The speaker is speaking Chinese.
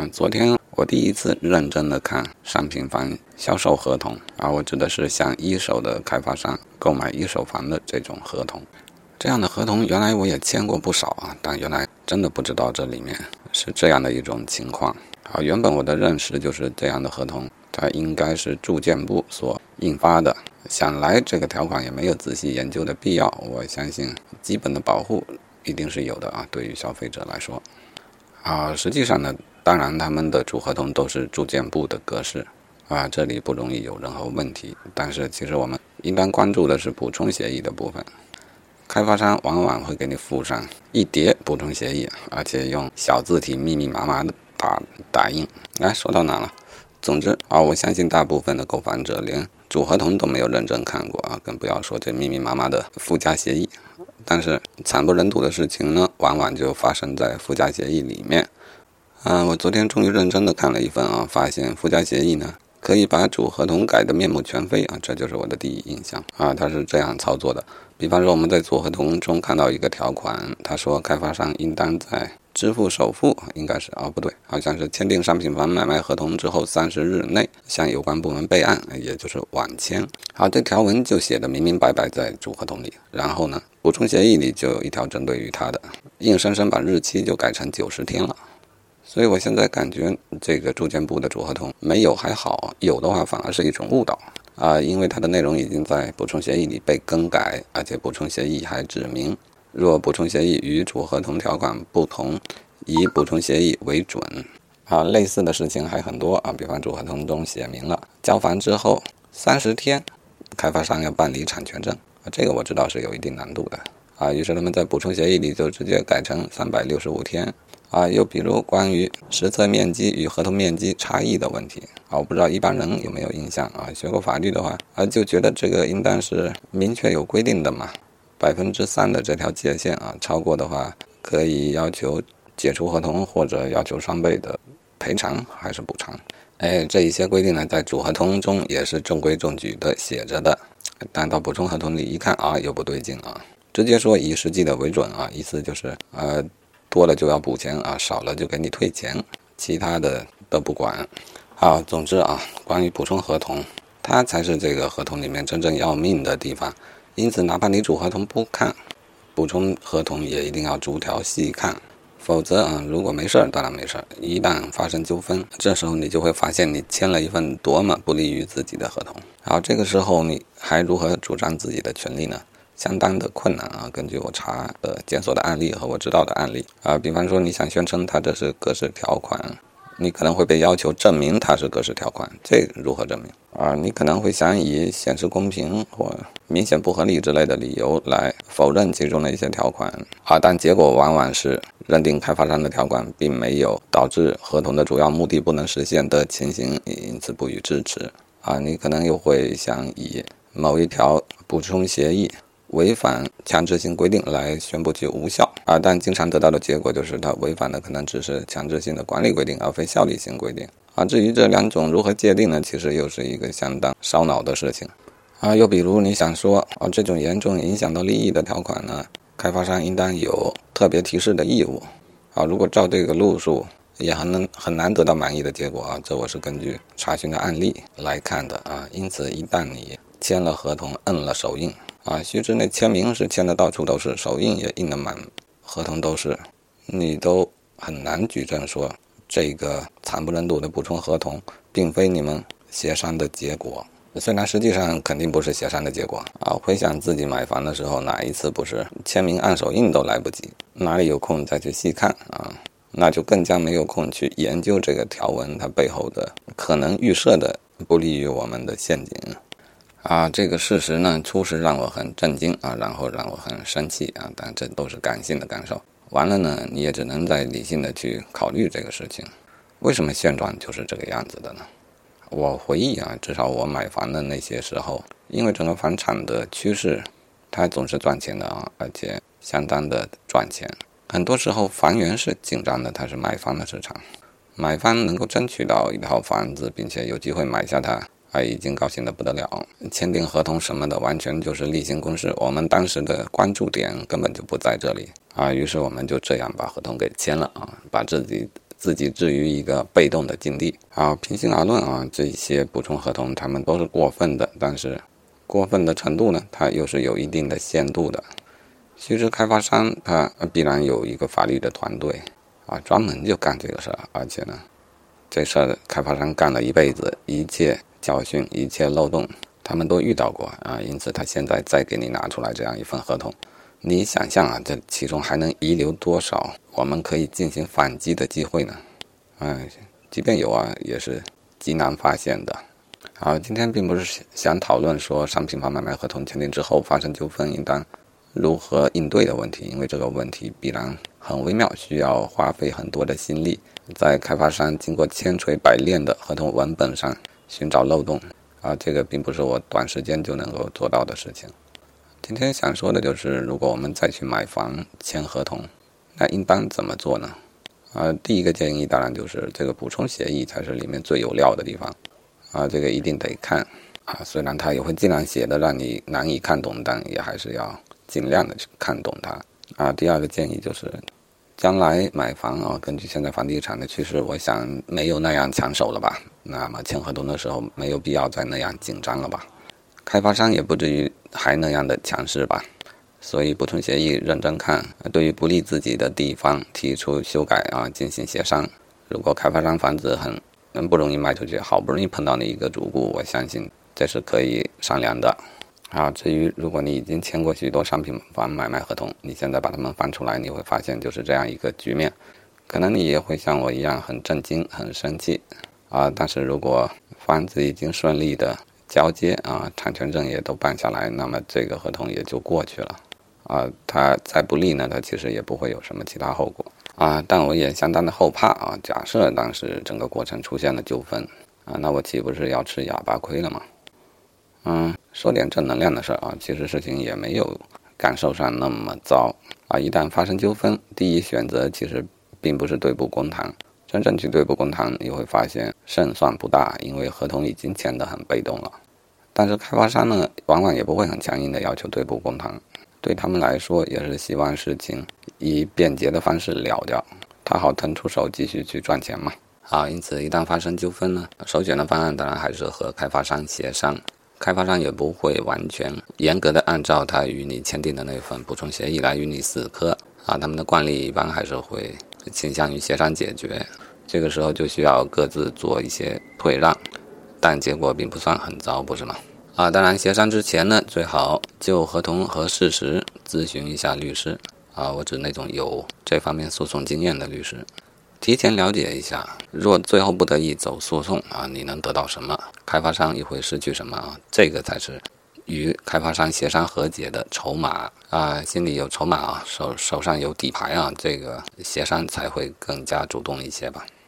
昨天我第一次认真的看商品房销售合同我指的是向一手的开发商购买一手房的这种合同。这样的合同原来我也签过不少但原来真的不知道这里面是这样的一种情况。原本我的认识就是这样的合同它应该是住建部所印发的，想来这个条款也没有仔细研究的必要，我相信基本的保护一定是有的对于消费者来说。实际上呢，当然他们的主合同都是住建部的格式这里不容易有任何问题。但是其实我们一般关注的是补充协议的部分，开发商往往会给你附上一叠补充协议，而且用小字体密密麻麻的打印。说到哪了？总之我相信大部分的购房者连主合同都没有认真看过更不要说这密密麻麻的附加协议。但是惨不忍睹的事情呢，往往就发生在附加协议里面。我昨天终于认真的看了一份发现附加协议呢可以把主合同改得面目全非这就是我的第一印象它是这样操作的。比方说我们在主合同中看到一个条款，他说开发商应当在支付首付，应该是不对，好像是签订商品房买卖合同之后30日内向有关部门备案，也就是晚签。这条文就写得明明白白在主合同里，然后呢补充协议里就有一条针对于他的，硬生生把日期就改成90天了。所以我现在感觉这个住建部的主合同没有还好，有的话反而是一种误导因为它的内容已经在补充协议里被更改，而且补充协议还指明若补充协议与主合同条款不同，以补充协议为准类似的事情还很多比方主合同中写明了交房之后30天开发商要办理产权证这个我知道是有一定难度的于是他们在补充协议里就直接改成365天又比如关于实测面积与合同面积差异的问题我不知道一般人有没有印象学过法律的话就觉得这个应当是明确有规定的嘛，3%的这条界限超过的话可以要求解除合同或者要求双倍的赔偿还是补偿。这一些规定呢在主合同中也是中规中矩的写着的，但到补充合同里一看又不对劲直接说以实际的为准意思就是多了就要补钱少了就给你退钱，其他的都不管总之关于补充合同它才是这个合同里面真正要命的地方。因此哪怕你主合同不看，补充合同也一定要逐条细看，否则如果没事当然没事，一旦发生纠纷，这时候你就会发现你签了一份多么不利于自己的合同。这个时候你还如何主张自己的权利呢？相当的困难根据我查的检索的案例和我知道的案例比方说你想宣称它这是格式条款，你可能会被要求证明它是格式条款，这如何证明你可能会想以显示公平或明显不合理之类的理由来否认其中的一些条款但结果往往是认定开发商的条款并没有导致合同的主要目的不能实现的情形，因此不予支持你可能又会想以某一条补充协议违反强制性规定来宣布其无效但经常得到的结果就是它违反的可能只是强制性的管理规定而非效力性规定至于这两种如何界定呢，其实又是一个相当烧脑的事情又比如你想说这种严重影响到利益的条款呢，开发商应当有特别提示的义务如果照这个路数也很难得到满意的结果这我是根据查询的案例来看的因此一旦你签了合同摁了手印须知那签名是签的到处都是，手印也印的满合同都是，你都很难举证说这个惨不忍睹的补充合同并非你们协商的结果。虽然实际上肯定不是协商的结果回想自己买房的时候哪一次不是签名按手印都来不及，哪里有空再去细看那就更加没有空去研究这个条文它背后的可能预设的不利于我们的陷阱这个事实呢初时让我很震惊然后让我很生气但这都是感性的感受。完了呢你也只能再理性的去考虑这个事情，为什么现状就是这个样子的呢？我回忆至少我买房的那些时候，因为整个房产的趋势它总是赚钱的而且相当的赚钱，很多时候房源是紧张的，它是买方的市场，买方能够争取到一套房子并且有机会买下它已经高兴得不得了，签订合同什么的完全就是例行公事，我们当时的关注点根本就不在这里于是我们就这样把合同给签了把自己自己置于一个被动的境地。平心而论这些补充合同他们都是过分的，但是过分的程度呢，它又是有一定的限度的。其实开发商他必然有一个法律的团队专门就干这个事儿，而且呢，这事儿开发商干了一辈子，一切教训、一切漏洞他们都遇到过因此他现在再给你拿出来这样一份合同，你想象这其中还能遗留多少我们可以进行反击的机会呢？即便有也是极难发现的。今天并不是想讨论说商品房买卖合同签订之后发生纠纷应当如何应对的问题，因为这个问题必然很微妙，需要花费很多的心力，在开发商经过千锤百炼的合同文本上寻找漏洞这个并不是我短时间就能够做到的事情。今天想说的就是，如果我们再去买房签合同，那应当怎么做呢？第一个建议当然就是这个补充协议才是里面最有料的地方这个一定得看虽然它也会尽量写的让你难以看懂，但也还是要尽量的去看懂它第二个建议就是将来买房根据现在房地产的趋势，我想没有那样抢手了吧，那么签合同的时候没有必要再那样紧张了吧，开发商也不至于还那样的强势吧，所以补充协议认真看，对于不利自己的地方提出修改进行协商。如果开发商房子很不容易卖出去，好不容易碰到你一个主顾，我相信这是可以商量的至于如果你已经签过许多商品房买卖合同，你现在把它们翻出来，你会发现就是这样一个局面，可能你也会像我一样很震惊很生气但是如果房子已经顺利的交接产权证也都办下来，那么这个合同也就过去了它再不利呢，它其实也不会有什么其他后果但我也相当的后怕假设当时整个过程出现了纠纷那我岂不是要吃哑巴亏了吗？说点正能量的事其实事情也没有感受上那么糟一旦发生纠纷，第一选择其实并不是对簿公堂，真正去对簿公堂你会发现胜算不大，因为合同已经签得很被动了。但是开发商呢，往往也不会很强硬的要求对簿公堂，对他们来说也是希望事情以便捷的方式了掉，他好腾出手继续去赚钱嘛因此一旦发生纠纷呢，首选的方案当然还是和开发商协商，开发商也不会完全严格的按照他与你签订的那份补充协议来与你死磕他们的惯例一般还是会倾向于协商解决，这个时候就需要各自做一些退让，但结果并不算很糟，不是吗？当然协商之前呢，最好就合同和事实咨询一下律师我指那种有这方面诉讼经验的律师，提前了解一下，若最后不得已走诉讼你能得到什么，开发商也会失去什么这个才是与开发商协商和解的筹码心里有筹码手上有底牌这个协商才会更加主动一些吧。